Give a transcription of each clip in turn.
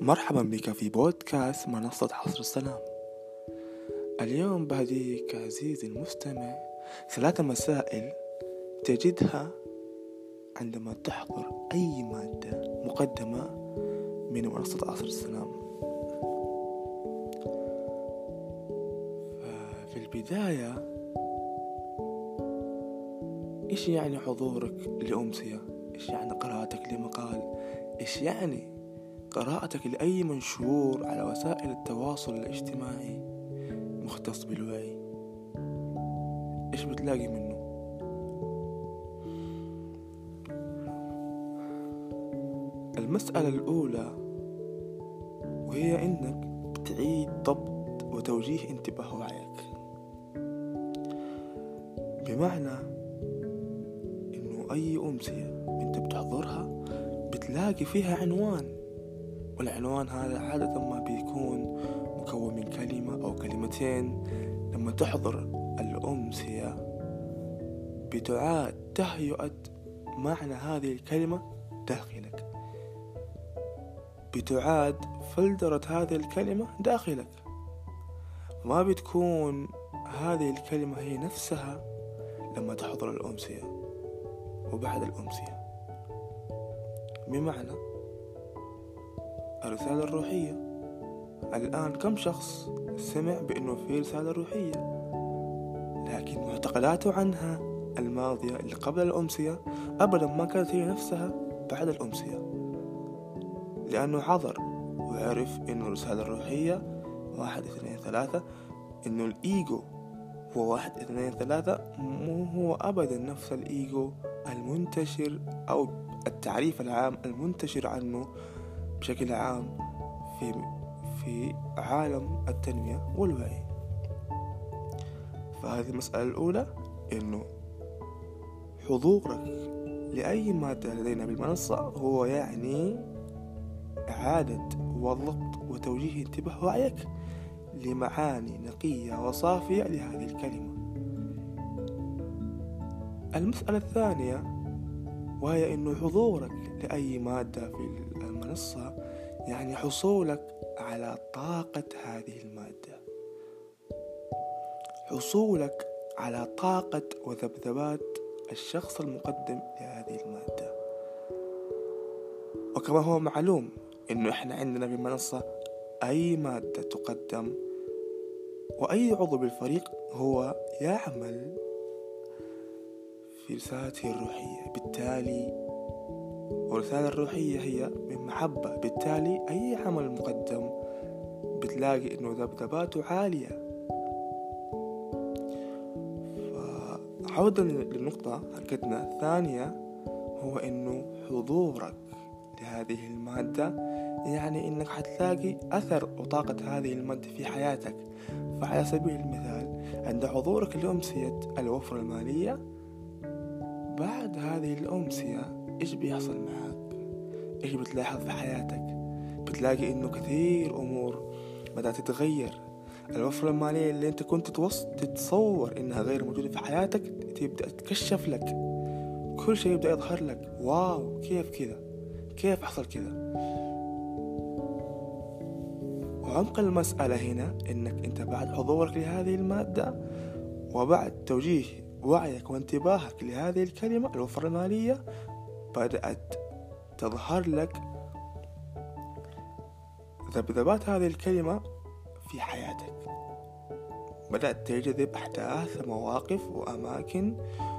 مرحبا بك في بودكاست منصة حصر السلام. اليوم بهديك عزيزي المستمع 3 مسائل تجدها عندما تحضر أي مادة مقدمة من منصة حصر السلام. في البداية، إيش يعني حضورك لأمسية؟ إيش يعني قراءتك لمقال؟ إيش يعني قراءتك لأي منشور على وسائل التواصل الاجتماعي مختص بالوعي؟ إيش بتلاقي منه؟ المسألة الأولى وهي إنك بتعيد ضبط وتوجيه انتباه وعيك، بمعنى إنه أي أمسية أنت بتحضرها بتلاقي فيها عنوان، والعنوان هذا عادة ما بيكون مكون من كلمة أو كلمتين. لما تحضر الأمسية بتعاد تهيئة معنى هذه الكلمة داخلك، بتعاد فلترة هذه الكلمة داخلك، ما بتكون هذه الكلمة هي نفسها لما تحضر الأمسية وبعد الأمسية. بمعنى الرسالة الروحية، الآن كم شخص سمع بأنه في رسالة روحية، لكن معتقداته عنها الماضية اللي قبل الأمسية أبدا ما كانت هي نفسها بعد الأمسية، لأنه حضر وعرف أنه الرسالة الروحية 1 2 3، أنه الإيجو هو 1 2 3، مو هو أبدا نفس الإيجو المنتشر أو التعريف العام المنتشر عنه بشكل عام في عالم التنمية والوعي. فهذه المسألة الأولى، إنه حضورك لأي مادة لدينا بالمنصة هو يعني إعادة وضبط وتوجيه انتباه وعيك لمعاني نقية وصافية لهذه الكلمة. المسألة الثانية وهي إنه حضورك لأي مادة في المنصة يعني حصولك على طاقة هذه المادة، حصولك على طاقة وذبذبات الشخص المقدم لهذه المادة. وكما هو معلوم إنه إحنا عندنا بالمنصة أي مادة تقدم وأي عضو بالفريق هو يعمل في رسالته الروحية، بالتالي والرسالة الروحية هي من محبة، بالتالي أي عمل مقدم بتلاقي إنه ذبذباته عالية. فعودة للنقطة حقتنا الثانية، هو إنه حضورك لهذه المادة يعني إنك حتلاقي أثر وطاقة هذه المادة في حياتك. فعلى سبيل المثال، عند حضورك لأمسية الوفرة المالية، بعد هذه الأمسية إيش بيحصل معك؟ إيش بتلاحظ في حياتك؟ بتلاقي إنه كثير أمور بدأت تتغير. الوفرة المالية اللي أنت كنت تتصور إنها غير موجودة في حياتك تبدأ تكشف لك، كل شيء يبدأ يظهر لك. واو، كيف كذا؟ كيف حصل كذا؟ وعمق المسألة هنا إنك أنت بعد حضورك لهذه المادة وبعد توجيه وعيك وانتباهك لهذه الكلمة الوفرة المالية، بدأت تظهر لك ذبذبات هذه الكلمة في حياتك. بدأت تجذب أحداث مواقف وأماكن،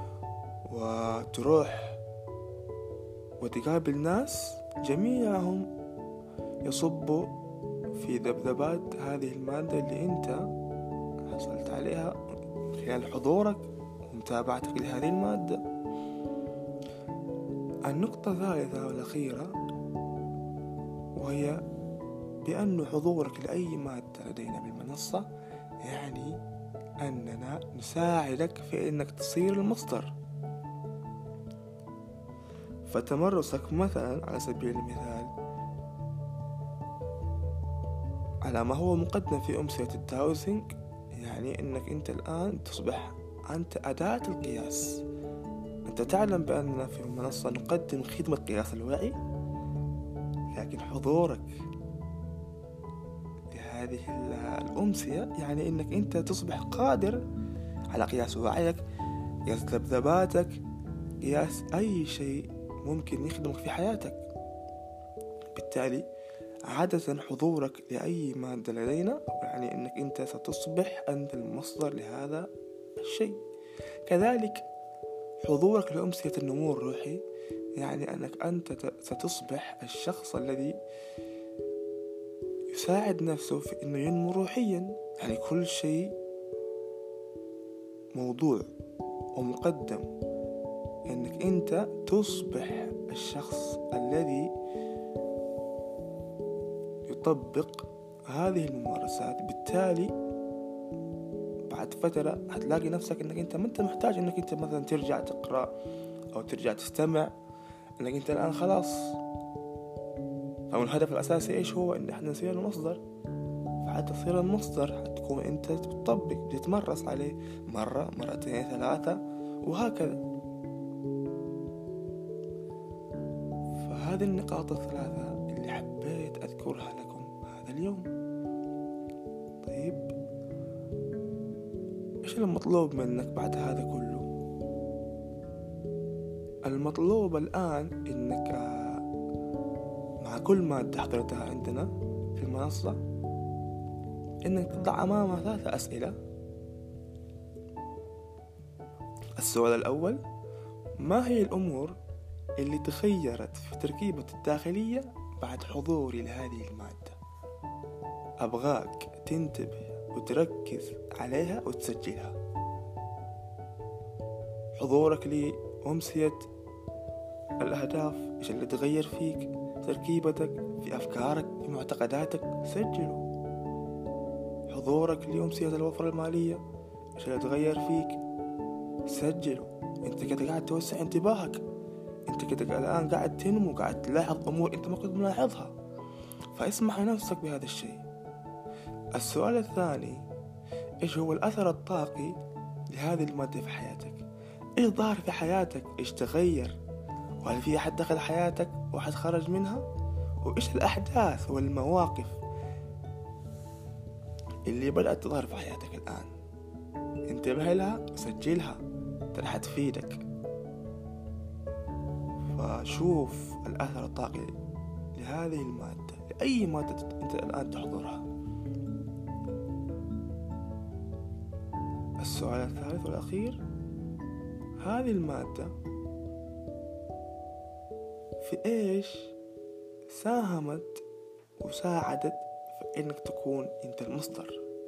وتروح وتقابل ناس جميعهم يصبوا في ذبذبات هذه المادة اللي أنت حصلت عليها خلال حضورك ومتابعتك لهذه المادة. النقطة الثالثة والأخيرة وهي بأن حضورك لأي مادة لدينا بالمنصة يعني أننا نساعدك في أنك تصير المصدر. فتمرسك مثلا على سبيل المثال على ما هو مقدم في أمسية الداوزنج، يعني أنك أنت الآن تصبح أنت أداة القياس. أنت تعلم بأننا في المنصة نقدم خدمة قياس الوعي، لكن حضورك لهذه الأمسية يعني إنك أنت تصبح قادر على قياس وعيك، قياس ذبذباتك، قياس أي شيء ممكن يخدمك في حياتك. بالتالي عادة حضورك لأي مادة لدينا يعني أنك أنت ستصبح أنت المصدر لهذا الشيء. كذلك حضورك لأمسية النمو الروحي يعني أنك أنت ستصبح الشخص الذي يساعد نفسه في أنه ينمو روحيا. يعني كل شيء موضوع ومقدم أنك أنت تصبح الشخص الذي يطبق هذه الممارسات. بالتالي بعد فترة هتلاقي نفسك أنك أنت ما أنت محتاج أنك أنت مثلا ترجع تقرأ أو ترجع تستمع، أنك أنت الآن خلاص. فالهدف الأساسي إيش هو؟ إن إحنا نصير المصدر. فحتى تصير المصدر هتكون أنت تطبق، بتتمرس عليه مرة، مرتين، ثلاثة، وهكذا. فهذه النقاط الثلاثة اللي حبيت أذكرها لكم هذا اليوم. طيب إيش المطلوب منك بعد هذا كله؟ المطلوب الآن إنك مع كل مادة حضرتها عندنا في المنصة إنك تضع أمامها 3 أسئلة. السؤال الأول: ما هي الأمور اللي تغيرت في تركيبة الداخلية بعد حضوري لهذه المادة؟ أبغاك تنتبه وتركز عليها وتسجلها. حضورك لأمسية الأهداف، إيش اللي تغير فيك؟ تركيبتك في أفكارك، في معتقداتك، سجله. حضورك لأمسية الوفرة المالية، إيش اللي تغير فيك؟ سجله. أنت كده قاعد توسع انتباهك، أنت كده الآن قاعد تنمو، قاعد تلاحظ أمور أنت ما كنت ملاحظها، فاسمح لنفسك بهذا الشيء. السؤال الثاني: إيش هو الأثر الطاقي لهذه المادة في حياتك؟ إيش ظهر في حياتك؟ إيش تغير؟ وهل في أحد دخل حياتك وأحد خرج منها؟ وإيش الأحداث والمواقف اللي بدأت تظهر في حياتك الآن؟ انتبه لها وسجلها، ترى حتفيدك. فشوف الأثر الطاقي لهذه المادة، لأي مادة أنت الآن تحضرها. السؤال الثالث والأخير: هذه المادة في إيش ساهمت وساعدت في إنك تكون أنت المصدر؟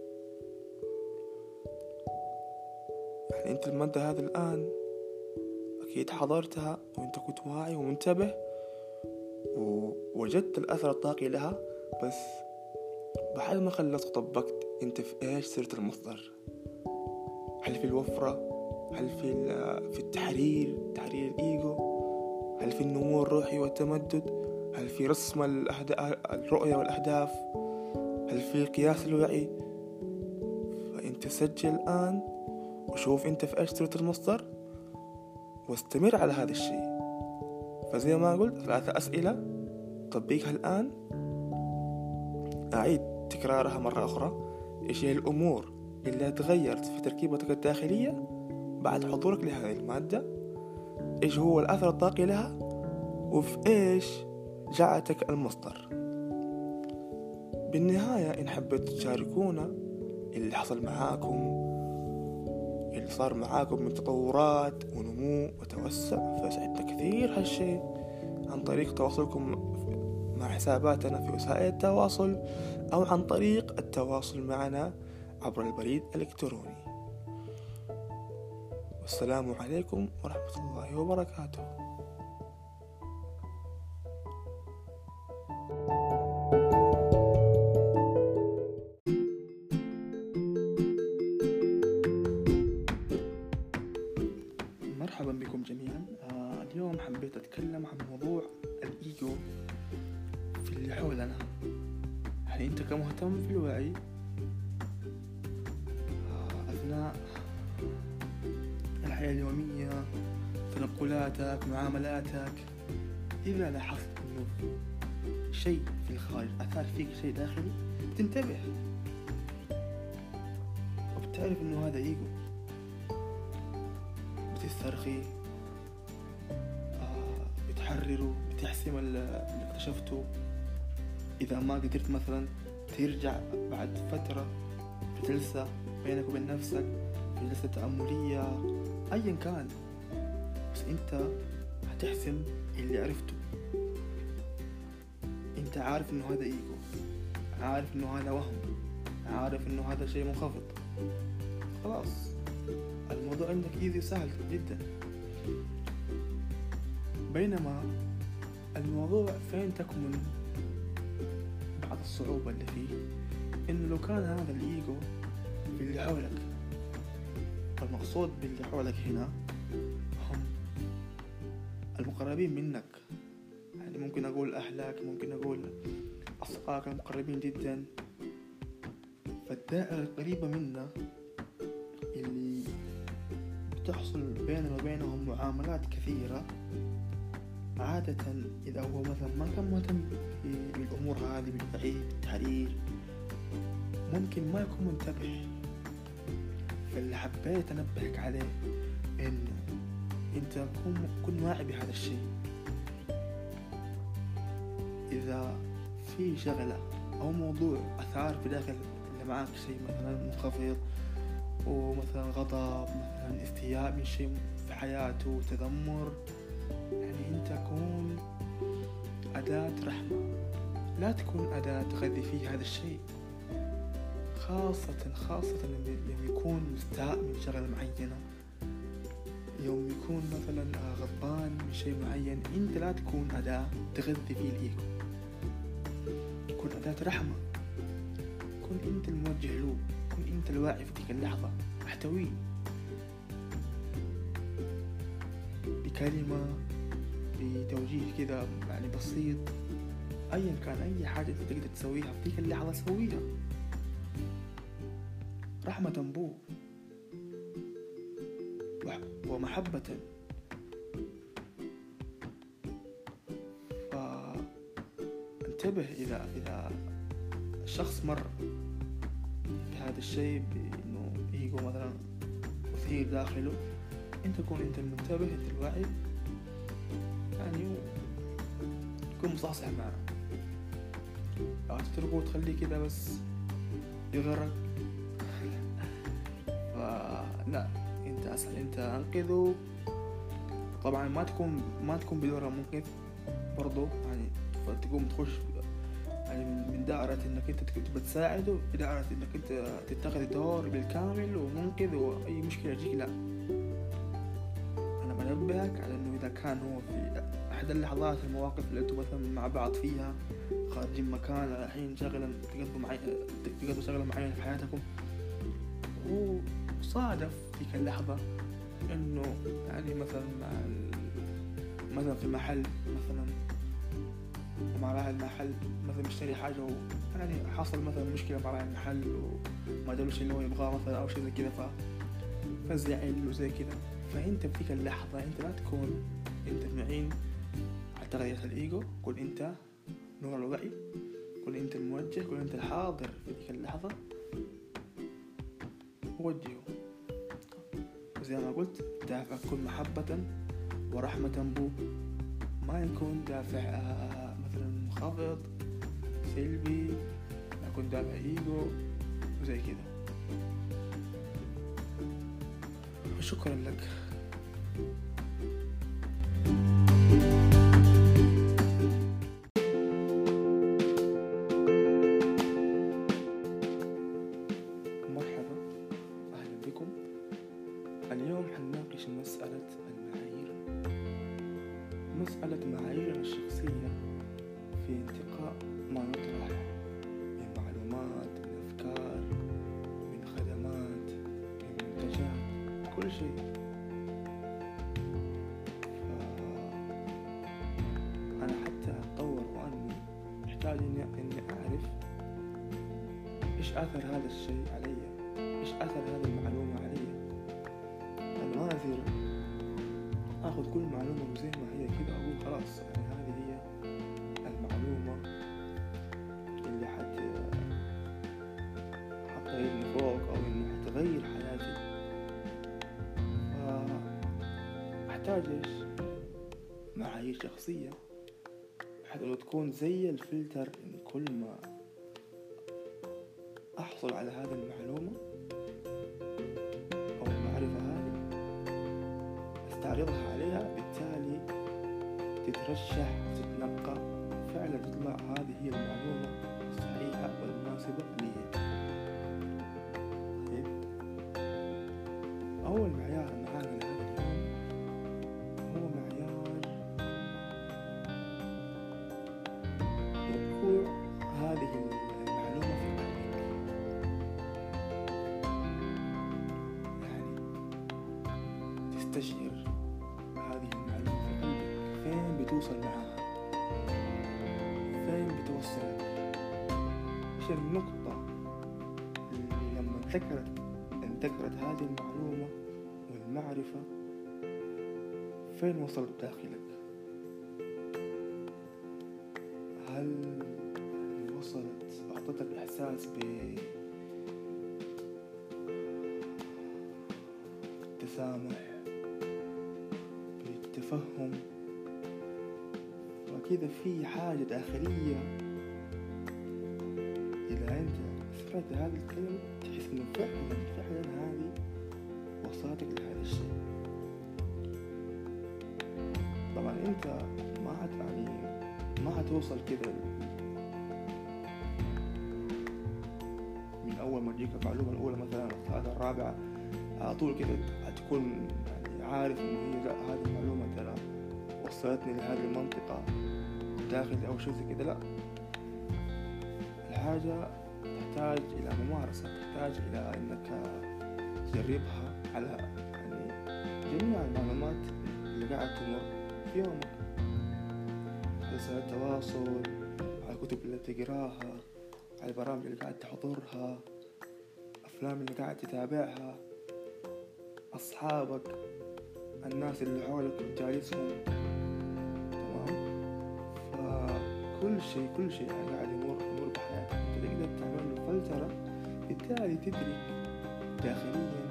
يعني أنت المادة هذه الآن أكيد حضرتها وأنت كنت واعي ومنتبه ووجدت الأثر الطاقي لها، بس بعد ما خلصت وطبقت أنت في إيش صرت المصدر؟ هل في الوفرة؟ هل في التحرير الإيجو؟ هل في النمو الروحي والتمدد؟ هل في رسم الرؤية والأهداف؟ هل في قياس الوعي؟ فأنت سجل الآن وشوف أنت في إيش صرت المصدر واستمر على هذا الشيء. فزي ما قلت 3 أسئلة طبقها الآن. أعيد تكرارها مرة أخرى: إيش هي الأمور اللي تغيرت في تركيبتك الداخلية بعد حضورك لهذه المادة؟ إيش هو الأثر الطاقي لها؟ وفي إيش جعلتك المصدر؟ بالنهاية إن حبيت تشاركونا اللي حصل معاكم، اللي صار معاكم من تطورات ونمو وتوسع، فسعدنا كثير هالشيء عن طريق تواصلكم مع حساباتنا في وسائل التواصل أو عن طريق التواصل معنا عبر البريد الإلكتروني. والسلام عليكم ورحمة الله وبركاته. مرحبا بكم جميعا. اليوم حبيت أتكلم عن موضوع الإيجو في اللي حولنا. يعني أنت كمهتم في الوعي أثناء الحياة اليومية، تنقلاتك، معاملاتك، إذا لاحظت إنه شيء في الخارج أثار فيك شيء داخلي، بتنتبه وبتعرف إنه هذا إيجو، بتسترخي، بتحرره، بتحسم اللي اكتشفته. إذا ما قدرت مثلا ترجع بعد فترة في جلسة بينك وبين نفسك، في جلسة تأملية أيا كان، بس أنت هتحسم اللي عرفته. أنت عارف إنه هذا إيجو، عارف إنه هذا وهم، عارف إنه هذا شيء منخفض. خلاص الموضوع عندك إيزي وسهل جدا. بينما الموضوع فين تكمن بعض الصعوبة اللي فيه، إنه لو كان هذا الإيجو في اللي حولك، المقصود باللي حولك هنا هم المقربين منك، يعني ممكن أقول أهلك، ممكن أقول أصدقائك المقربين جدا. فالدائرة القريبة منا اللي بتحصل بيننا وبينهم معاملات كثيرة، عادة إذا هو مثلا ما كان مهتم بالأمور هذه، بالوعي، بالتحرير، ممكن ما يكون منتبه. فاللي حبيت أنبهك عليه إنه أنت كن واعي بهذا الشيء. مثلا في شغلة أو موضوع أثار في داخل اللي معاك شيء مثلا منخفض، ومثلا غضب، مثلا استياء من شيء في حياته، تذمر، يعني أنت كون أداة رحمة، لا تكون أداة تغذي فيه هذا الشيء، خاصة لما يكون مستاء من شغلة معينة، يوم يكون مثلا غضبان من شيء معين. أنت لا تكون أداة تغذي فيه الإيجو، كن أداة رحمة، كن أنت الموجه له، كن أنت الواعي في تلك اللحظة، احتويه بكلمة، بتوجيه كذا يعني بسيط، أيا كان أي حاجة أنت تقدر تسويها في تلك اللحظة سويها رحمة بو ومحبة. فانتبه إذا الشخص مر بهذا الشيء، بأنه إيجو مثلا مثير داخله، أنت كون أنت المنتبه، أنت الواعي، يعني كن مصحصح معه، لا تتركه وتخليه كده بس يغرق. فلا، أنت أسهل أنت أنقذه. طبعا ما تكون بدورة منقذ برضو، يعني تقوم تخش يعني من دائرة انك انت بتساعده بدائرة انك انت تتخذ دور بالكامل ومنقذ واي مشكلة تجيك. لا، انا بنبهك على انه اذا كان هو في احد اللحظات المواقف اللي انتم مثلا مع بعض فيها، خارجين مكان الحين شغلة تقضوا شغلة معينة في حياتكم، وصادف فيك اللحظة انه يعني مثلا في محل مثلا، ومع راعي المحل مثلا مشتري حاجة، يعني حصل مثلا مشكلة مع راعي المحل وما جاب الشيء اللي هو يبغاه مثلا أو شيء زي كذا، فزعل وزي كذا. فأنت بتلك اللحظة أنت لا تكون أنت المعين على تغذية الإيجو، كن أنت نور الوعي، كن أنت الموجه، كن أنت الحاضر في تلك اللحظة، ووجهه زي ما قلت. دافع كن محبة ورحمة بو، ما يكون دافع مثلا منخفض سلبي، يكون دافع إيجو وزي كذا. شكرا لك. مرحبا، أهلا بكم. اليوم حنناقش مسألة معاييرنا الشخصية في انتقاء ما يطرح من معلومات، من أفكار، من خدمات، من منتجات، كل شيء. أنا حتى أتطور وأني أحتاج إني أعرف إيش أثر هذا الشيء علي، إيش أثر هذه المعلومة علي. أنا ما أثير أخذ كل معلومة زي ما هي كده أقول خلاص يعني هذه هي المعلومة اللي تحتاج إيش؟ معايير شخصية، بحيث إنه تكون زي الفلتر، إن كل ما أحصل على هذه المعلومة أو المعرفة هذه أستعرضها عليها، بالتالي تترشح وتتنقى، فعلا تطلع هذه هي المعلومة الصحيحة والمناسبة لي. طيب، أول معيار معانا لهذا اليوم هو معيار وقوع هذه المعلومة في قلبك. يعني تستشعر هذه المعلومة في قلبك فين بتوصل معاها، فين بتوصلك، إيش النقطة اللي لما انتقلت هذه المعلومة والمعرفة فين وصلت داخلك. هل وصلت أعطتك إحساس بالتسامح، بالتفهم، وكذا في حاجة داخلية إذا أنت سمعت هذه الكلمة تحس إنه فعلا هذه وصلتك لهذا الشيء. طبعا أنت ما هتوصل كذا من أول ما تجيك المعلومة الأولى مثلا الثالثة الرابعة على طول كذا هتكون يعني عارف إنه هي لا، هذه المعلومة ترى وصلتني لهذه المنطقة داخلي أو شيء زي كذا. لا، الحاجة تحتاج إلى ممارسة، تحتاج إلى إنك تجربها على يعني جميع المعلومات اللي قاعد تمر في يومك، على وسائل التواصل، على الكتب اللي تقراها، على البرامج اللي قاعد تحضرها، أفلام اللي قاعد تتابعها، أصحابك، الناس اللي حولك وجالسهم. تمام؟ فكل شيء يعني قاعد يمر بحياتك أنت تقدر تعمل له فلترة، بالتالي تدرك داخليا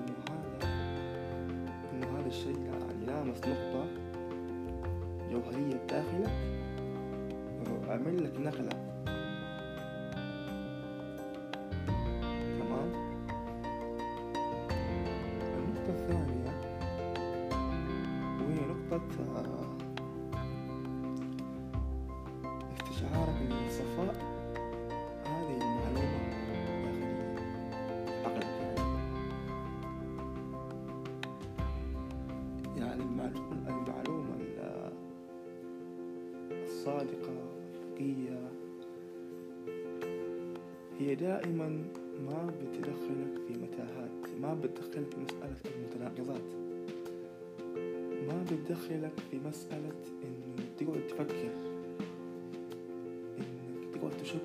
إنه هذا الشيء يعني لامس نقطة جوهرية بداخلك وعمل لك نقلة. تمام؟ النقطة الثانية وهي نقطة استشعارك لصفاء هذه المعلومة داخليا عقلك. يعني المعلومة الصادقة الحقيقية هي دائما ما بتدخلك في متاهات، ما بتدخلك في مسألة المتناقضات، ما بتدخلك في مسألة إنه تقعد تفكر، إنك تقعد تشك،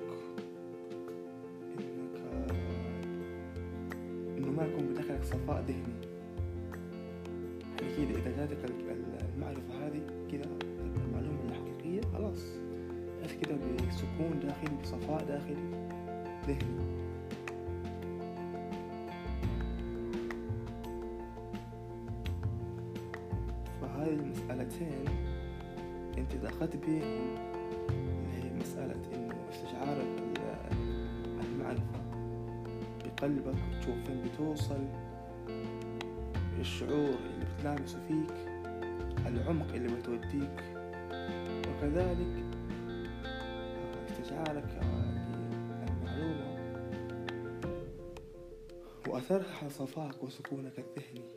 إنه ما يكون بداخلك صفاء ذهني. يعني كده إذا جاتك المعرفة هذه كده المعلومة الحقيقية خلاص بس كده بسكون داخلي، بصفاء داخلي ذهني. فهذه المسألتين انت إذا أخذت بيهم اللي هي مسألة إنه استشعار المعرفة بقلبك وتشوف فين بتوصل، الشعور اللي بتلامسه فيك، العمق اللي بتوديك، وكذلك استشعارك للمعلومة وأثرها على صفاك وسكونك الذهني.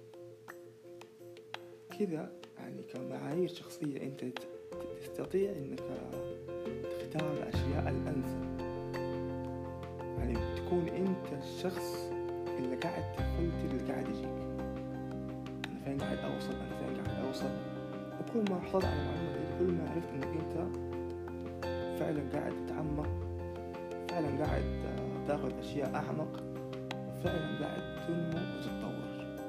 كذا يعني كمعايير شخصية أنت تستطيع أنك تختار الأشياء الأنسب، يعني تكون أنت الشخص اللي قاعد تفلتر اللي قاعد يجيك، أنا فين قاعد أوصل، وكل ما حصلت على معلومة دي، كل ما عرفت أنك أنت فعلا قاعد تتعمق، فعلا قاعد تاخذ أشياء أعمق، فعلا قاعد تنمو وتتطور.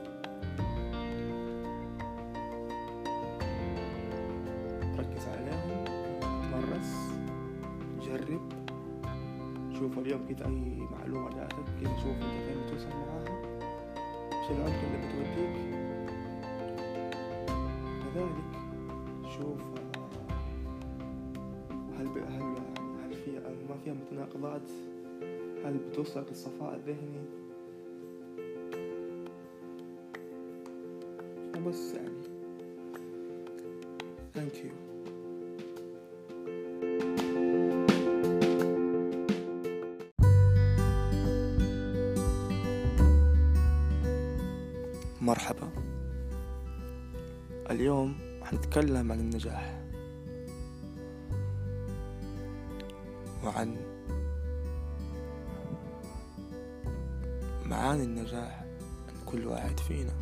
ركز عليهم، تمرس، جرب، شوف اليوم كده أي معلومة جاتك كده، شوف أنت فين بتوصل معاها، ايش العمق اللي بتوديك، ذلك شوف هل فيها أو ما فيها متناقضات، هل بتوصلك للصفاء الذهني. وبس يعني thank you. مرحبا، اليوم حنتكلم عن النجاح وعن معاني النجاح عند كل واحد فينا.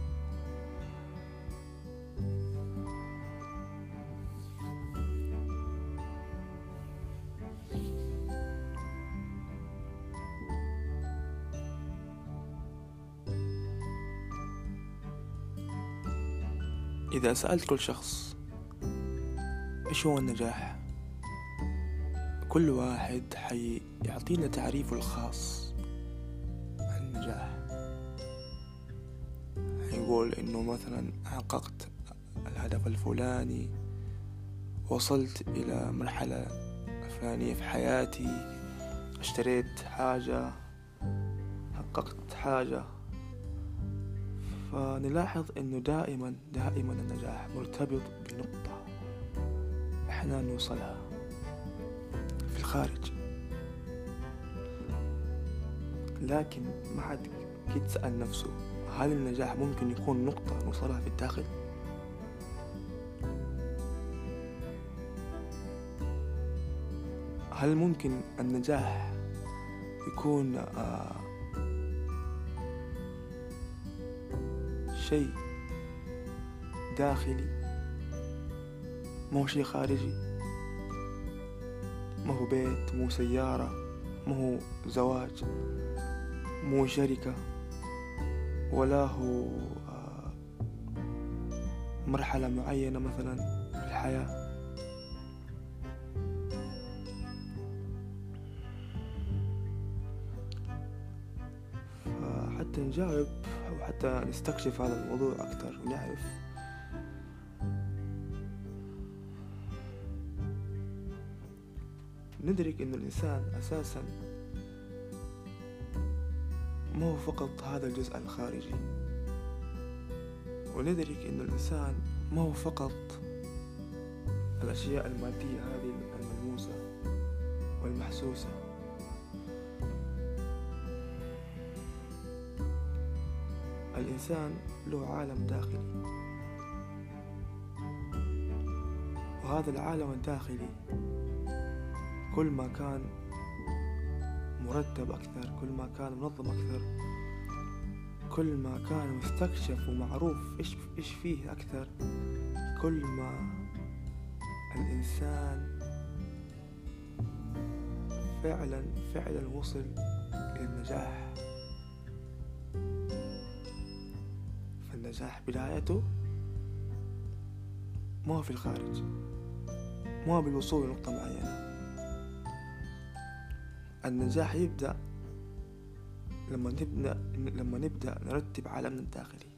إذا سألت كل شخص إيش هو النجاح، كل واحد يعطينا تعريفه الخاص عن النجاح. يقول إنه مثلا حققت الهدف الفلاني، وصلت إلى مرحلة فلانية في حياتي، اشتريت حاجة، حققت حاجة. فنلاحظ إنه دائما النجاح مرتبط بنقطة إحنا نوصلها في الخارج، لكن ما حد يتسأل نفسه هل النجاح ممكن يكون نقطة نوصلها في الداخل؟ هل ممكن النجاح يكون شيء داخلي، ما هو شيء خارجي؟ ما هو بيت، مو سيارة، ما هو زواج، مو شركة، ولا هو مرحلة معينة مثلا في الحياة. فحتى نجاوب أو حتى نستكشف هذا الموضوع أكثر ونعرف، ندرك إن الإنسان أساسا ما هو فقط هذا الجزء الخارجي، وندرك إن الإنسان ما هو فقط الأشياء المادية هذه الملموسة والمحسوسة. الإنسان له عالم داخلي، وهذا العالم الداخلي كل ما كان مرتب أكثر، كل ما كان منظم أكثر، كل ما كان مستكشف ومعروف إيش فيه أكثر، كل ما الإنسان فعلا وصل إلى النجاح. فالنجاح بدايته ما هو في الخارج، ما هو بالوصول لنقطة معينة. النجاح يبدأ لما نبدأ نرتب عالمنا الداخلي.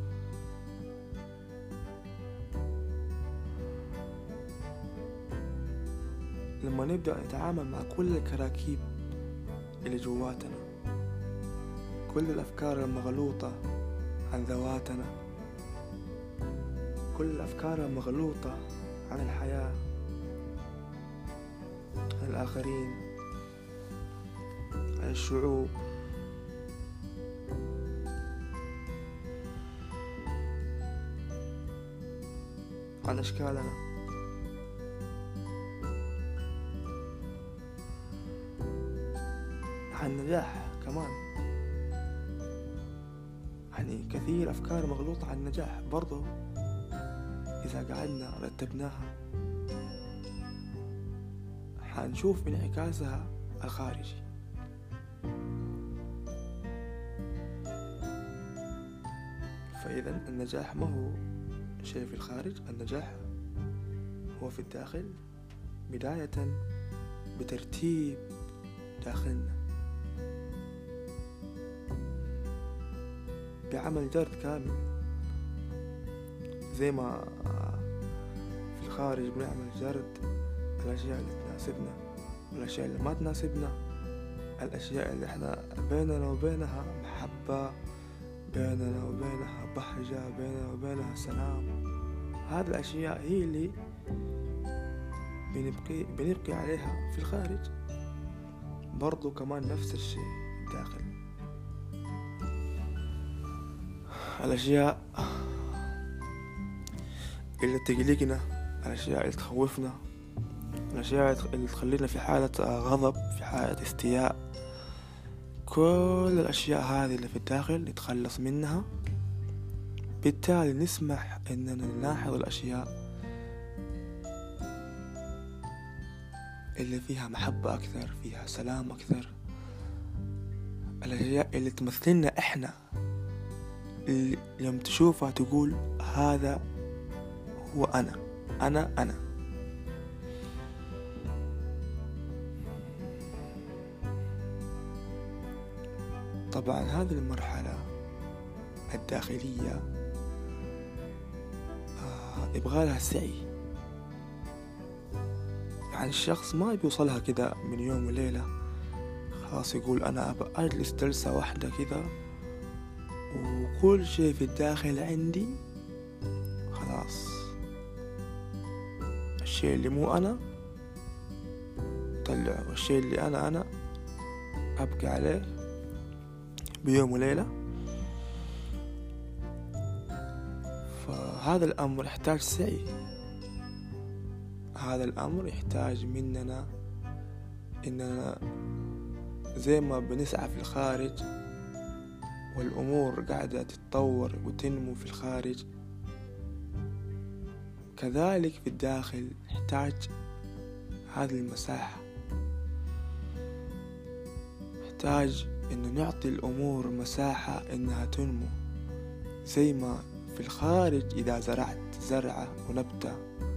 لما نبدأ نتعامل مع كل الكراكيب اللي جواتنا، كل الأفكار المغلوطة عن ذواتنا، كل الأفكار المغلوطة عن الحياة، عن الآخرين، عن الشعوب، عن أشكالنا. عن النجاح كمان، يعني كثير أفكار مغلوطة عن النجاح برضو إذا قعدنا رتبناها حنشوف انعكاسها الخارجي. فإذا النجاح ما هو شيء في الخارج، النجاح هو في الداخل، بداية بترتيب داخلنا، بعمل جرد كامل. زي ما الخارج بنعمل جرد الأشياء اللي تناسبنا والأشياء اللي ما تناسبنا، الأشياء اللي احنا بيننا وبينها محبة، بيننا وبينها بهجة، بيننا وبينها سلام. هذه الأشياء هي اللي بنبقي عليها في الخارج. برضو كمان نفس الشيء داخل. الأشياء اللي تقلقنا، الأشياء اللي تخوفنا، الأشياء اللي تخلينا في حالة غضب، في حالة استياء، كل الأشياء هذه اللي في الداخل نتخلص منها. بالتالي نسمح إننا نلاحظ الأشياء اللي فيها محبة أكثر، فيها سلام أكثر، الأشياء اللي تمثلنا إحنا، اللي يوم تشوفها تقول هذا هو أنا. طبعا هذه المرحلة الداخلية يبغى لها سعي. يعني الشخص ما بيوصلها كده من يوم وليلة خلاص يقول أنا أبى أجلس جلسة واحدة كده وكل شيء في الداخل عندي خلاص، الشيء اللي مو أنا طلعه، والشيء اللي أنا أبقى عليه بيوم وليلة. فهذا الأمر يحتاج سعي، هذا الأمر يحتاج مننا إننا زي ما بنسعى في الخارج والأمور قاعدة تتطور وتنمو في الخارج، كذلك في الداخل نحتاج هذه المساحة، نحتاج إنه نعطي الأمور مساحة إنها تنمو. زي ما في الخارج إذا زرعت زرعة ونبتة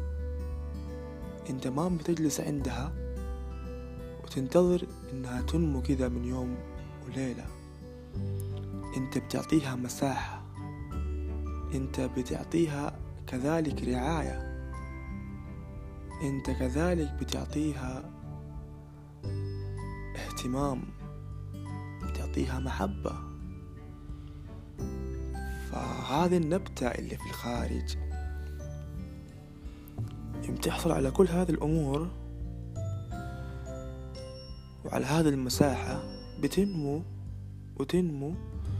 أنت ما بتجلس عندها وتنتظر إنها تنمو كذا من يوم وليلة، أنت بتعطيها مساحة، أنت بتعطيها كذلك رعاية، أنت كذلك بتعطيها اهتمام، بتعطيها محبة. فهذه النبتة اللي في الخارج يوم تحصل على كل هذه الأمور وعلى هذه المساحة بتنمو وتنمو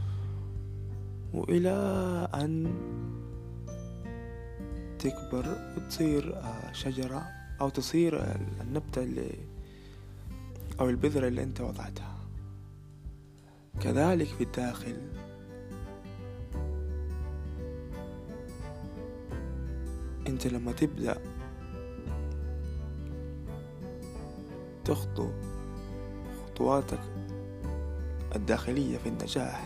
وإلى أن تكبر وتصير شجرة أو تصير النبتة اللي أو البذرة اللي أنت وضعتها. كذلك في الداخل أنت لما تبدأ تخطو خطواتك الداخلية في النجاح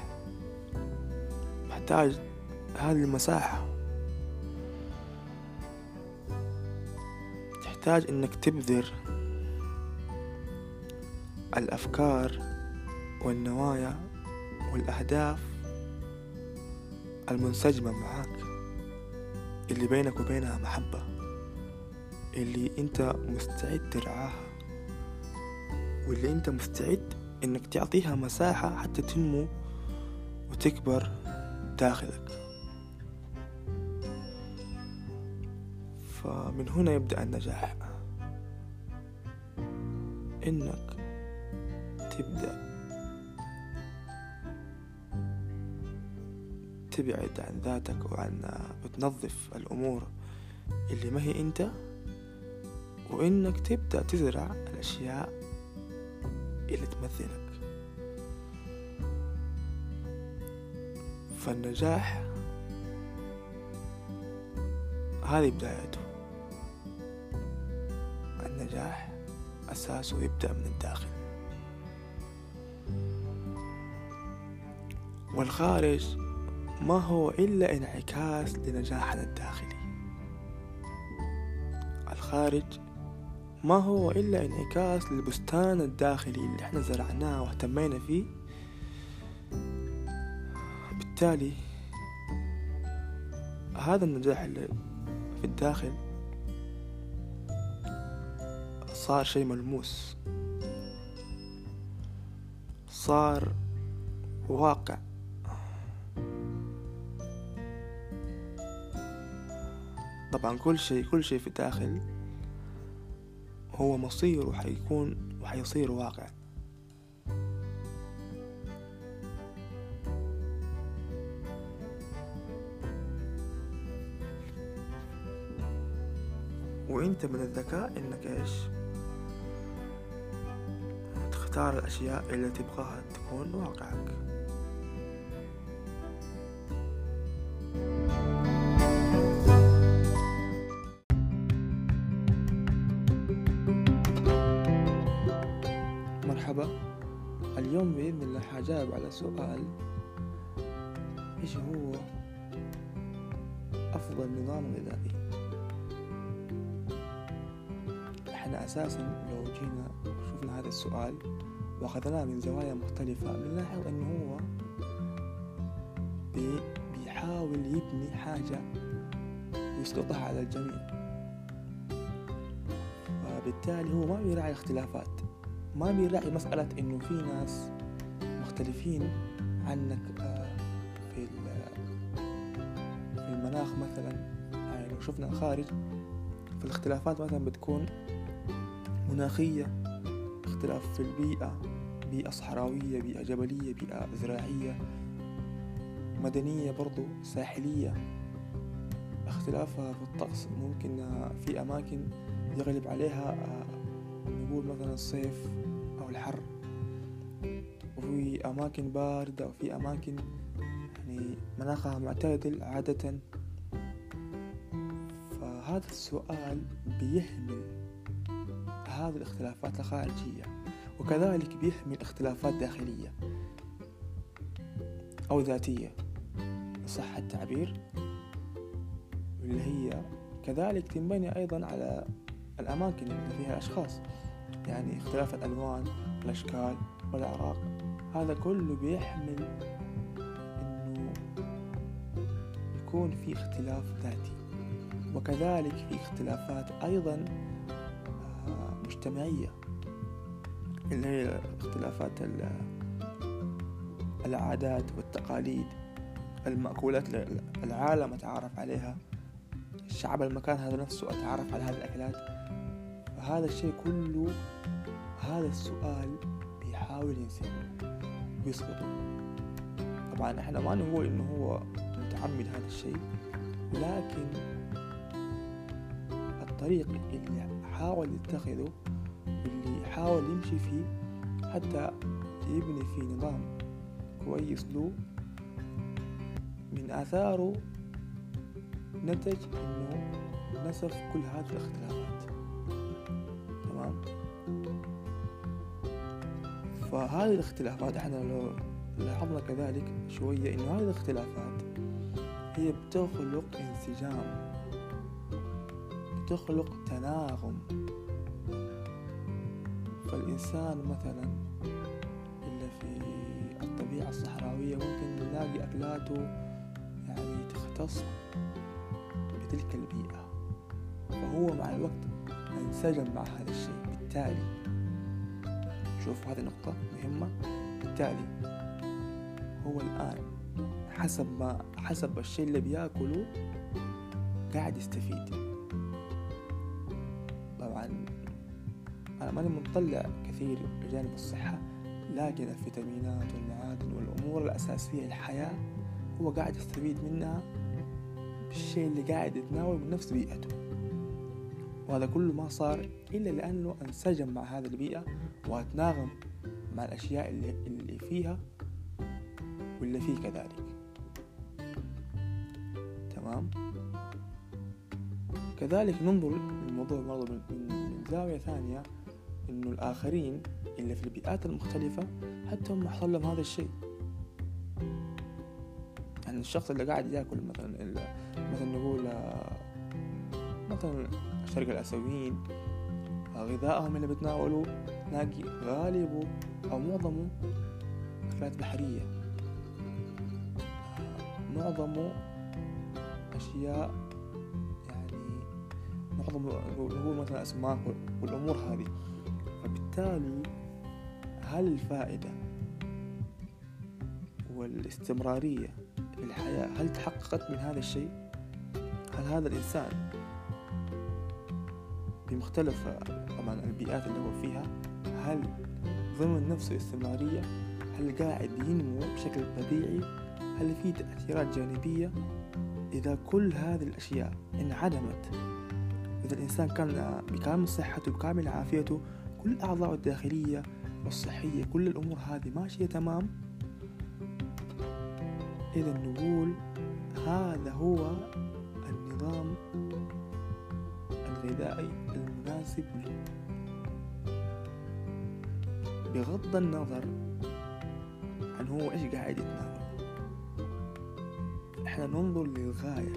محتاج هذه المساحة، تحتاج إنك تبذر الأفكار والنوايا والأهداف المنسجمة معاك، اللي بينك وبينها محبة، اللي أنت مستعد ترعاها، واللي أنت مستعد إنك تعطيها مساحة حتى تنمو وتكبر داخلك. فمن هنا يبدأ النجاح، إنك تبدأ تبعد عن ذاتك وتنظف الأمور اللي ما هي أنت، وإنك تبدأ تزرع الأشياء اللي تمثلك. فالنجاح هذه بدايته، النجاح أساسه يبدأ من الداخل، والخارج ما هو إلا انعكاس لنجاحنا الداخلي. الخارج ما هو إلا انعكاس للبستان الداخلي اللي احنا زرعناه واهتمينا فيه. بالتالي هذا النجاح اللي في الداخل صار شيء ملموس، صار واقع. طبعا كل شيء في الداخل هو مصير وحيصير واقع. وانت من الذكاء انك ايش تختار الاشياء اللي تبغاها تكون واقعك. مرحبا، اليوم بإذن الله حجاوب على سؤال: ايش هو افضل نظام غذائي؟ احنا اساسا لو جينا شفنا هذا السؤال واخذناه من زوايا مختلفة بنلاحظ انه هو بيحاول يبني حاجة ويسقطها على الجميع، فبالتالي هو ما بيراعي الاختلافات، ما بيراعي مسألة انه في ناس مختلفين عنك في المناخ مثلا. يعني لو شفنا الخارج فالاختلافات مثلا بتكون مناخية، اختلاف في البيئة، بيئة صحراوية، بيئة جبلية، بيئة زراعية، مدنية برضو، ساحلية، اختلافها في الطقس. ممكن في أماكن يغلب عليها نقول مثلا الصيف أو الحر، وفي أماكن باردة، وفي أماكن يعني مناخها معتدل عادة. فهذا السؤال بيهمل هذه الاختلافات الخارجية، وكذلك بيهمل اختلافات داخلية أو ذاتية صح التعبير، واللي هي كذلك تنبني أيضا على الأماكن اللي فيها الأشخاص. يعني اختلاف الألوان، الأشكال والأعراق، هذا كله بيحمل إنه يكون في اختلاف ذاتي، وكذلك في اختلافات أيضا مجتمعية، اللي هي اختلافات العادات والتقاليد، المأكولات العالم أتعرف عليها، الشعب المكان هذا نفسه أتعرف على هذه الأكلات. فهذا الشيء كله هذا السؤال بيحاول ينسيه ويسقطه. طبعا احنا ما نقول انه هو متعمد هذا الشيء، لكن الطريق اللي حاول يتخذه واللي حاول يمشي فيه حتى يبني فيه نظام كويس له، من آثاره نتج انه نسف كل هذه الاختلافات. تمام؟ فهذه الاختلافات احنا لو لاحظنا كذلك شوية انه هذه الاختلافات هي بتخلق انسجام، بتخلق تناغم. فالإنسان مثلا اللي في الطبيعة الصحراوية ممكن نلاقي أكلاته يعني تختص بتلك البيئة، فهو مع الوقت انسجم مع هذا الشيء. بالتالي شوفوا هذه نقطة مهمة، بالتالي هو الآن حسب الشيء اللي بيأكله قاعد يستفيد. طبعا أنا ماني مطلع كثير بجانب الصحة، لكن الفيتامينات والمعادن والأمور الأساسية للحياة هو قاعد يستفيد منها بالشيء اللي قاعد يتناول من نفس بيئته. وهذا كله ما صار إلا لأنه انسجم مع هذه البيئة واتناغم مع الأشياء اللي فيها واللي فيه كذلك. تمام؟ كذلك ننظر للموضوع برضه من زاوية ثانية، إنه الآخرين اللي في البيئات المختلفة حتى هم حصل لهم هذا الشيء. يعني الشخص اللي قاعد يأكل مثلا نقول مثلا الشرق الآسيويين، غذائهم اللي بتناولوا نلاقي غالبه أو معظمه أكلات بحرية، معظمه أشياء يعني نقول مثلا أسماك والأمور هذه. فبالتالي هل الفائدة والاستمرارية للحياة هل تحققت من هذا الشيء؟ هل هذا الإنسان بمختلف طبعا البيئات اللي هو فيها هل ضمن نفسه استمرارية؟ هل قاعد ينمو بشكل طبيعي؟ هل في تأثيرات جانبية؟ إذا كل هذه الأشياء انعدمت، إذا الإنسان كان بكامل صحته بكامل عافيته، كل أعضاءه الداخلية والصحية كل الأمور هذه ماشية تمام، إذا نقول هذا هو النظام الغذائي المناسب له، بغض النظر عن هو إيش قاعد يتناول. إحنا ننظر للغاية،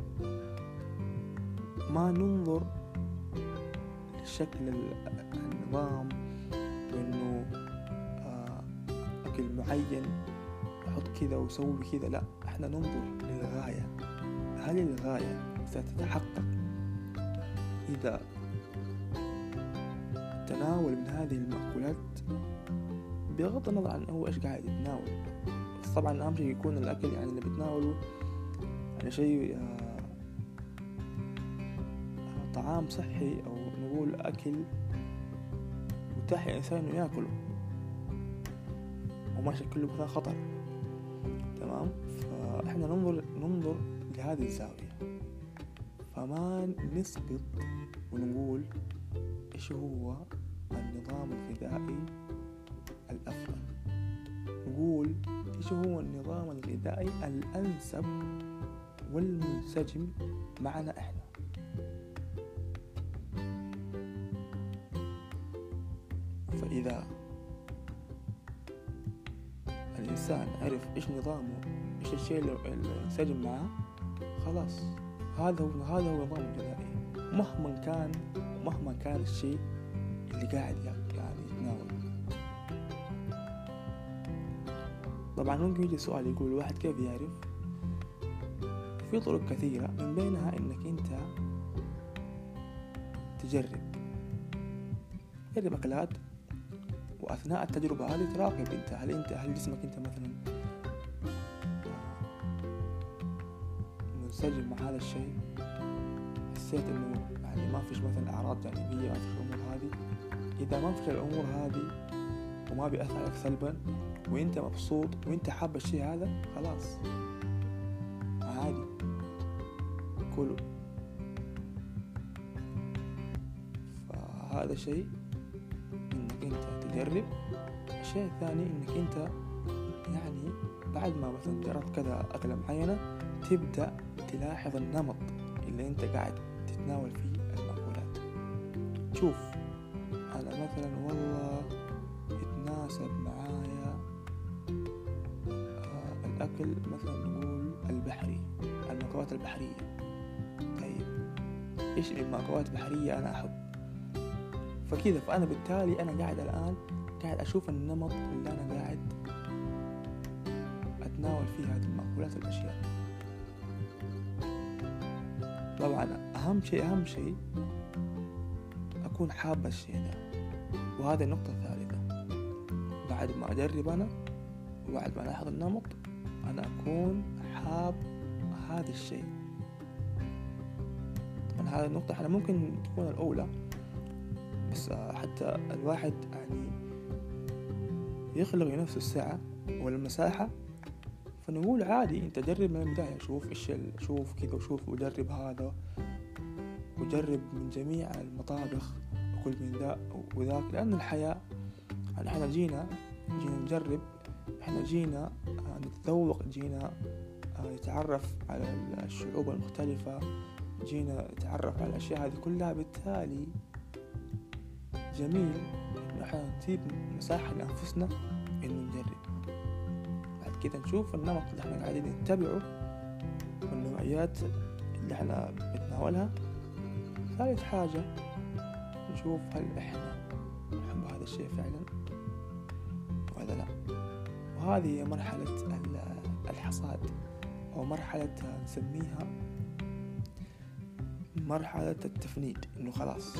ما ننظر لشكل النظام وإنه أكل معين أحط كذا وسوي كذا. لا، إحنا ننظر للغاية. هل الغاية ستتحقق إذا تناول من هذه المأكولات بغض النظر عن هو إيش قاعد يتناول؟ طبعا أهم شيء يكون الأكل يعني اللي بتناوله يعني شيء طعام صحي، أو نقول أكل متاح للإنسان إنه يأكله وما شكله مثلا خطر. تمام. فإحنا ننظر لهذه الزاوية، فما نسقط ونقول إيش هو النظام الغذائي الأفضل، نقول إيش هو النظام الغذائي الأنسب والمنسجم معنا إحنا. فإذا الإنسان عرف إيش نظامه، إيش الشيء اللي ينسجم معه، خلاص هذا هو نظام الغذائي، مهما كان الشيء اللي قاعد يعني يتناول. طبعا ممكن يجي سؤال يقول الواحد كيف يعرف؟ في طرق كثيرة، من بينها إنك أنت تجرب أكلات، وأثناء التجربة هذه تراقب هل جسمك أنت مثلا منسجم مع هذا الشيء، حسيت إنه يعني ما فيش مثلا أعراض جانبية، ما فيش الأمور هذه. إذا ما فيش الأمور هذه وما بيأثر عليك سلبا وإنت مبسوط وإنت حاب الشيء هذا، خلاص عادي كله. فهذا شيء إنك أنت تجرب. الشيء الثاني إنك أنت يعني بعد ما مثلا جربت كذا أكلة معينة تبدأ تلاحظ النمط اللي أنت قاعد تتناول فيه المأكولات. شوف أنا مثلا والله يتناسب معايا الأكل مثلا نقول البحري، المأكولات البحرية. طيب إيش المأكولات البحرية أنا أحب؟ فأنا بالتالي أنا قاعد الآن قاعد أشوف النمط اللي أنا قاعد أتناول فيه هذه المأكولات الأشياء. طبعا أهم شيء أكون حاب الشيء ده، وهذه النقطة الثالثة. بعد ما أجرب أنا وبعد ما ألاحظ النمط أنا أكون حاب هذا الشيء. طبعا هذه النقطة احنا ممكن تكون الأولى، بس حتى الواحد يعني يخلق لنفسه السعة والمساحة. فنقول عادي انت جرب من البداية، شوف كذا وشوف وجرب هذا وجرب من جميع المطابخ وكل من ذا وذاك، لأن الحياة احنا جينا نجرب، احنا جينا نتذوق، جينا نتعرف على الشعوب المختلفة، جينا نتعرف على الأشياء هذه كلها. بالتالي جميل إنه احنا نسيب مساحة لأنفسنا إنه نجرب، بعد كده نشوف النمط اللي احنا قاعدين نتبعه والنوعيات اللي احنا بنتناولها. ثالث حاجة نشوف هل احنا نحب هذا الشيء فعلا ولا لا. وهذه هي مرحلة الحصاد، أو مرحلة نسميها مرحلة التفنيد، إنه خلاص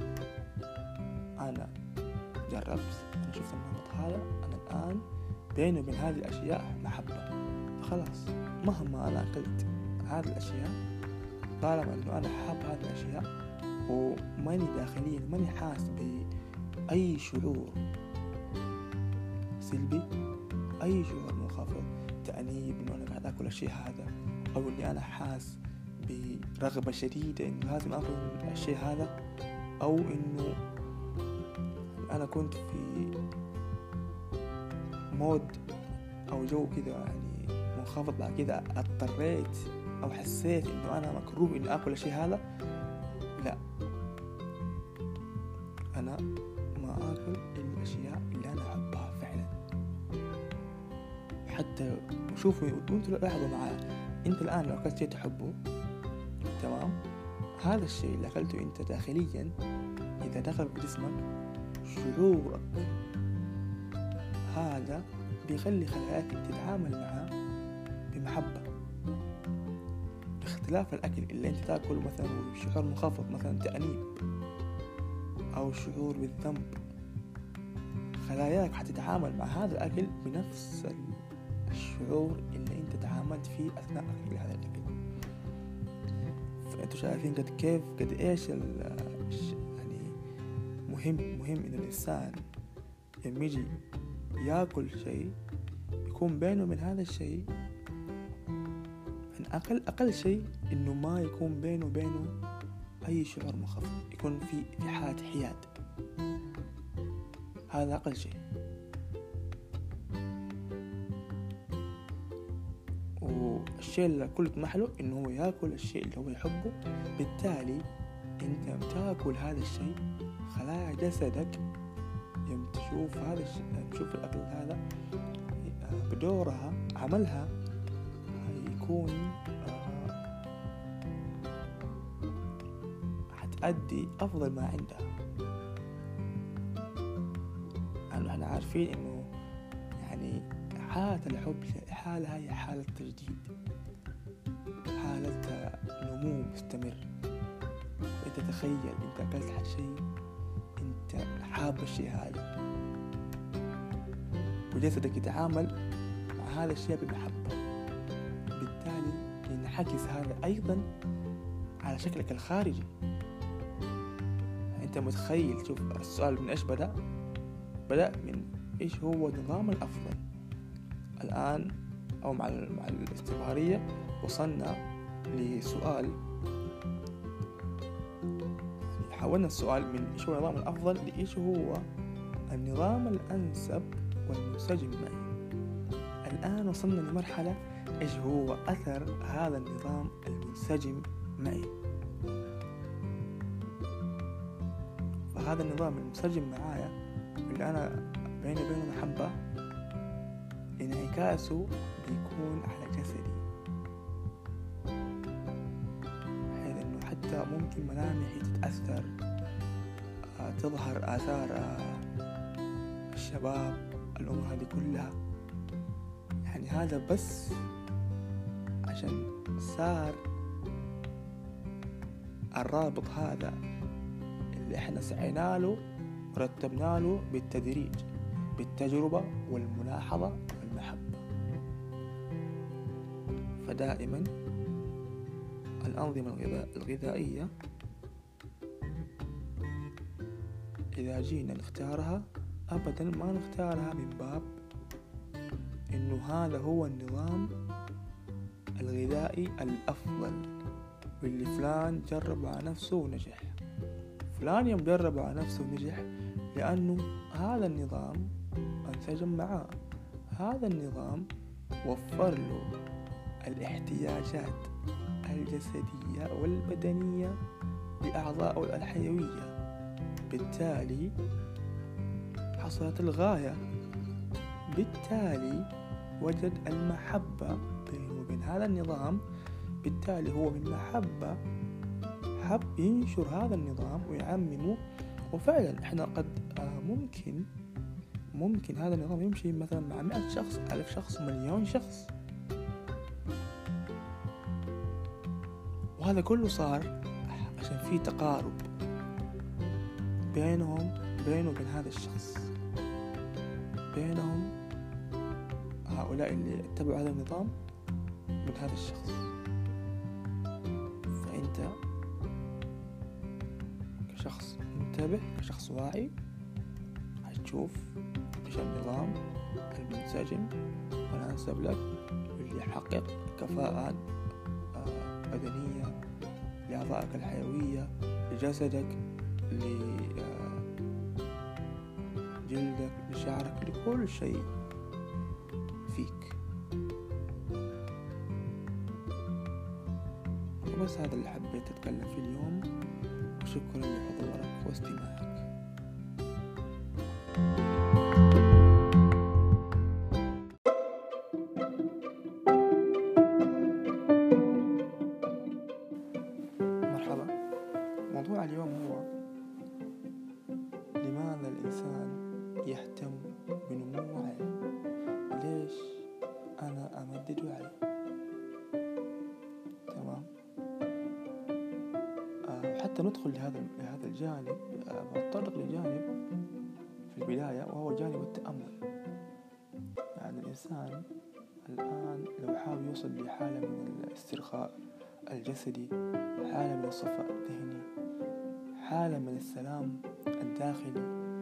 أنا جربت، أنا شفت النمط هذا، أنا الآن بيني وبين هذه الأشياء محبة، فخلاص مهما أنا أكلت هذه الأشياء طالما إنه أنا حاب هذه الأشياء وماني داخليا ماني حاس بأي شعور سلبي، أي شعور منخفض، تأنيب إنه أنا قاعد أكل الشيء هذا، أو إني أنا حاس برغبة شديدة إنه لازم أكل الشيء هذا، أو إنه أنا كنت في مود أو جو كذا يعني منخفض، بعد كذا اضطريت أو حسيت إنه أنا مكروه إني أكل الشيء هذا، لا، أنا ما أكل الأشياء اللي أنا أحبها فعلا. حتى شوفوا وانتوا لاحظوا معايا، أنت الآن لو أكلت شيء تحبه تمام، هذا الشيء اللي أكلته أنت داخليا إذا دخل في جسمك شعورك هذا بيخلي خلاياك تتعامل معه بمحبة، باختلاف الأكل اللي أنت تأكله مثلا شعور منخفض مثلا تأنيب أو شعور بالذنب، خلاياك حتتعامل مع هذا الأكل بنفس الشعور اللي أنت تعاملت فيه أثناء أكل هذا الأكل. فأنتوا شايفين قد إيش يعني مهم إن الإنسان لما يجي يأكل شيء يكون بينه وبين هذا الشيء يعني أقل شيء إنه ما يكون بينه وبينه أي شعور منخفض، يكون في حالة حياد، هذا أقل شيء. والشيء اللي كل محله إنه هو يأكل الشيء اللي هو يحبه، بالتالي أنت تأكل هذا الشيء خلايا جسدك يوم تشوف هذا الشيء، تشوف الأكل هذا بدورها عملها يكون حتأدي أفضل ما عندها. يعني احنا عارفين إنه يعني حالة الحب حالة هي حالة تجديد، حالة نمو مستمر. أنت تخيل أنت أكلت شيء أنت حاب الشيء هذا وجسدك يتعامل مع هذا الشيء بمحبة، بالتالي ينعكس هذا أيضا على شكلك الخارجي. أنت متخيل؟ شوف السؤال من إيش بدأ من إيش هو النظام الأفضل. الآن أو مع الاستمرارية وصلنا لسؤال، يعني حولنا السؤال من إيش هو النظام الأفضل لإيش هو النظام الأنسب والمنسجم معي. الآن وصلنا لمرحلة إيش هو أثر هذا النظام المنسجم معي. فهذا النظام المنسجم معايا اللي أنا بيني وبينه محبة، انعكاسه بيكون على جسدي، بحيث إنه حتى ممكن ملامحي تتأثر، تظهر آثار الشباب، الأمور هذه كلها. يعني هذا بس عشان صار الرابط هذا اللي احنا سعينا له ورتبنا له بالتدريج، بالتجربة والملاحظة والمحبة. فدائما الأنظمة الغذائية إذا جينا نختارها أبدا ما نختارها من باب إنه هذا هو النظام الغذائي الأفضل واللي فلان جرب على نفسه ونجح. فلان يوم جرب على نفسه ونجح لأنه هذا النظام انسجم معاه، هذا النظام وفر له الاحتياجات الجسدية والبدنية لأعضائه الحيوية، بالتالي حصلت الغاية، بالتالي وجد المحبة بينه وبين هذا النظام، بالتالي هو من محبة حب ينشر هذا النظام ويعممه. وفعلا احنا قد ممكن هذا النظام يمشي مثلا مع 100 شخص، 1000 شخص، مليون شخص، وهذا كله صار عشان في تقارب بينهم بينه وبين هذا الشخص، بينهم هؤلاء اللي اتبعوا هذا النظام من هذا الشخص. فأنت كشخص منتبه، كشخص واعي، هتشوف إيش النظام المنسجم والأنسب لك، واللي يحقق كفاءة بدنية لأعضائك الحيوية، لجسدك، لجلدك، لشعرك، لكل شيء فيك. وبس هذا اللي حبيت أتكلم فيه اليوم، وشكرا لحضورك واستماعك. مرحبا. موضوع اليوم هو لماذا الإنسان يهتم بنمو وعيه؟ ليش أنا أمدد وعي؟ تمام. حتى ندخل لهذا الجانب، بتطرق لجانب في البداية، وهو جانب التأمل. يعني الإنسان الآن لو حاول يوصل لحالة من الاسترخاء الجسدي، حالة من الصفاء الذهني، حالة من السلام الداخلي،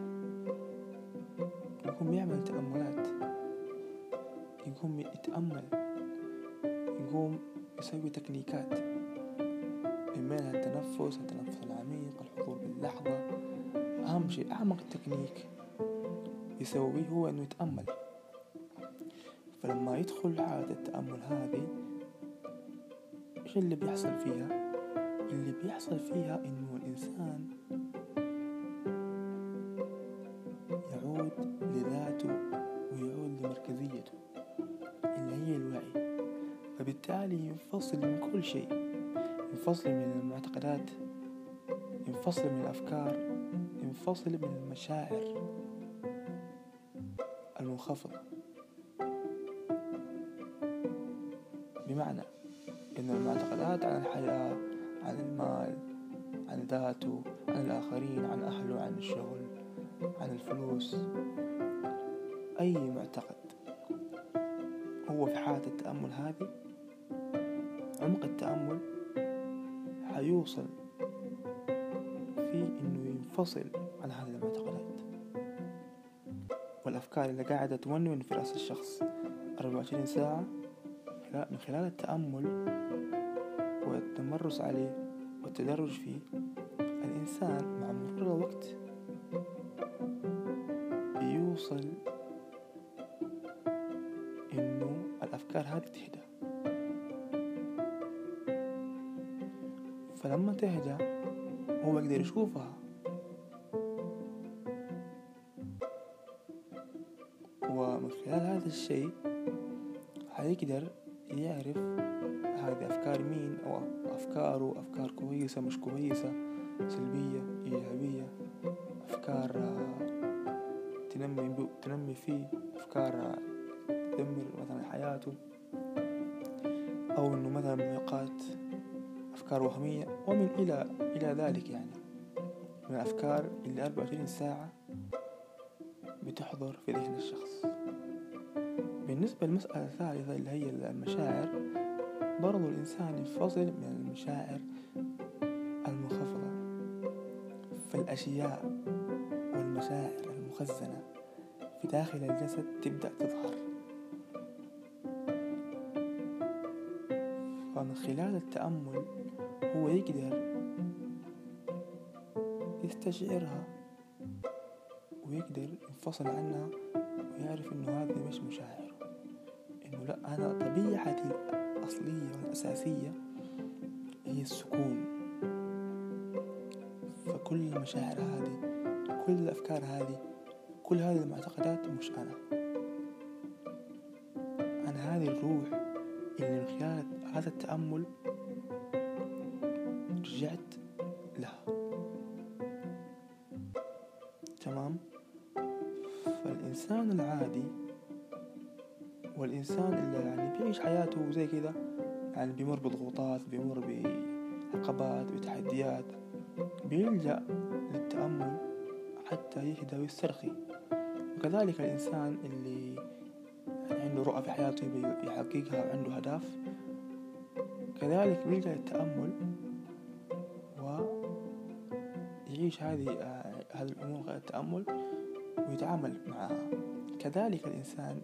يقوم يعمل تأملات، يقوم يتأمل، يقوم يسوي تكنيكات، من بينها التنفس العميق، الحضور باللحظة. أهم شيء، أعمق تكنيك يسويه هو أنه يتأمل. فلما يدخل حالة التأمل هذه، إيش اللي بيحصل فيها؟ اللي بيحصل فيها إنه الإنسان يعود لذاته ويعود لمركزيته اللي هي الوعي. فبالتالي ينفصل من كل شيء، ينفصل من المعتقدات، ينفصل من الأفكار، ينفصل من المشاعر المنخفضة. بمعنى إن المعتقدات عن الحياة، عن المال، عن ذاته، عن الآخرين، عن أهله، عن الشغل، عن الفلوس، أي معتقد هو في حالة التأمل هذه، عمق التأمل حيوصل في إنه ينفصل عن هذه المعتقدات والأفكار اللي قاعدة تونون في رأس الشخص 24 ساعة. من خلال التأمل والتمرس عليه والتدرج فيه، الإنسان مع مرور الوقت بيوصل إنه الأفكار هذه تهدى. فلما تهدى هو يقدر يشوفها، ومن خلال هذا الشيء هيقدر يعرف هذه أفكار مين، أو أفكار كويسة مش كويسة، سلبية إيجابية، أفكار تنمي فيه، أفكار تدمر مثلا حياته، أو إنه مثلا معيقات، أفكار وهمية، ومن إلى ذلك. يعني من الأفكار اللي 24 ساعة بتحضر في ذهن الشخص. بالنسبة للمسألة الثالثة اللي هي المشاعر، برضو الإنسان ينفصل من المشاعر المنخفضة. فالأشياء والمشاعر المخزنة في داخل الجسد تبدأ تظهر. فمن خلال التأمل هو يقدر يستشعرها ويقدر ينفصل عنها، ويعرف إنه هذه مش مشاعر، إنه لا، أنا طبيعتي الأصلية والأساسية هي السكون. فكل المشاعر هذه، كل الأفكار هذه، كل هذه المعتقدات مش أنا هذه الروح اللي من خلال هذا التأمل رجعت لها. تمام. فالإنسان العادي والإنسان اللي يعني بيعيش حياته زي كذا، يعني بيمر بضغوطات، بيمر عقبات وتحديات بيلجأ للتأمل حتى يهدى ويسترخي. وكذلك الإنسان اللي عنده رؤى في حياته يحققها وعنده أهداف كذلك بيلجأ للتأمل ويعيش هذه الأمور غير التأمل ويتعامل معها. كذلك الإنسان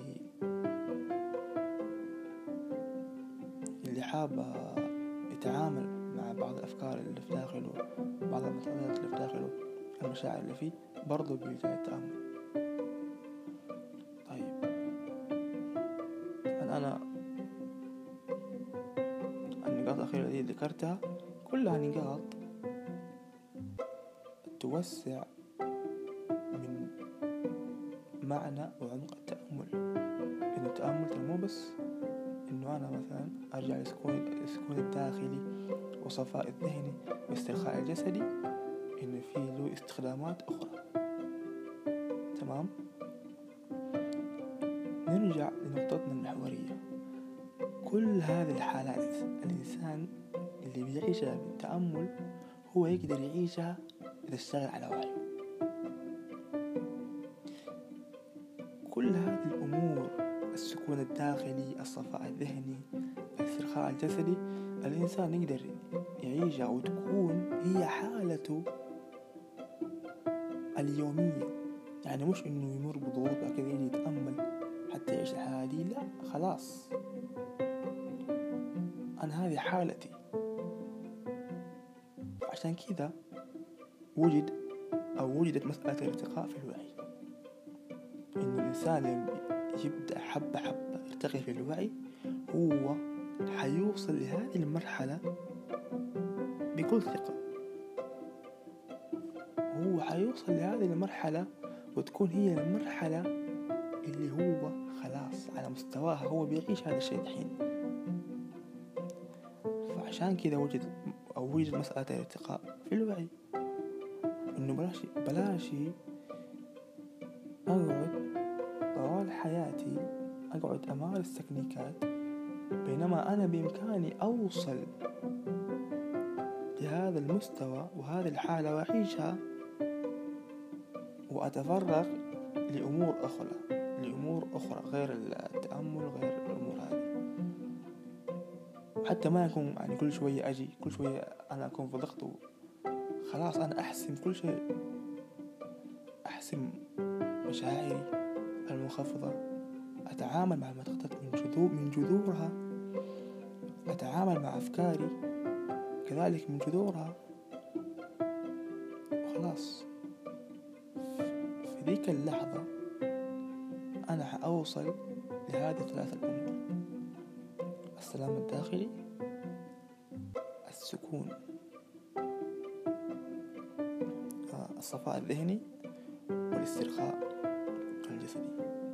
اللي حاب يتعامل مع بعض الأفكار اللي في داخله، بعض المعتقدات اللي في داخله، المشاعر اللي فيه، برضو بيلجأ للتأمل. طيب أنا النقاط الأخيرة دي ذكرتها كلها نقاط توسع من معنى وعمق التأمل. إنه التأمل مو بس إنه أنا مثلا أرجع للسكون الداخلي وصفاء الذهني واسترخاء الجسدي، إنه فيه له استخدامات أخرى. تمام؟ نرجع لنقطتنا المحورية. كل هذه الحالات الإنسان اللي بيعيشها بالتأمل هو يقدر يعيشها إذا اشتغل على وعيه. كل هذه الأمور، السكون الداخلي، الصفاء الذهني، الاسترخاء الجسدي، الإنسان يقدر يعيشها وتكون هي حالته اليومية. يعني مش إنه يمر بضغوط كذا يجي يتأمل حتى يعيش الحالة دي، لا خلاص أنا هذه حالتي. عشان كذا وجدت مسألة الارتقاء في الوعي، إنه الإنسان يبدأ حبة حبة يرتقي في الوعي، هو حيوصل لهذه المرحلة بكل ثقة. هو حيوصل لهذه المرحلة وتكون هي المرحلة اللي هو خلاص على مستواها هو بيعيش هذا الشيء الحين. فعشان كذا وجد مسألة الارتقاء في الوعي، إنه بلاش أقعد طوال حياتي أمارس تكنيكات بينما أنا بإمكاني أوصل لهذا المستوى وهذه الحالة وأعيشها وأتفرغ لأمور أخرى غير التأمل، غير الأمور هذه. حتى ما يكون يعني كل شوية أنا أكون في ضغط خلاص أنا أحسم كل شيء، أحسم مشاعري المنخفضة، أتعامل مع المعتقدات من جذورها، أتعامل مع أفكاري كذلك من جذورها. وخلاص في ذيك اللحظة أنا حأوصل لهذه الثلاثة الأمور: السلام الداخلي، السكون، الصفاء الذهني، والاسترخاء الجسدي.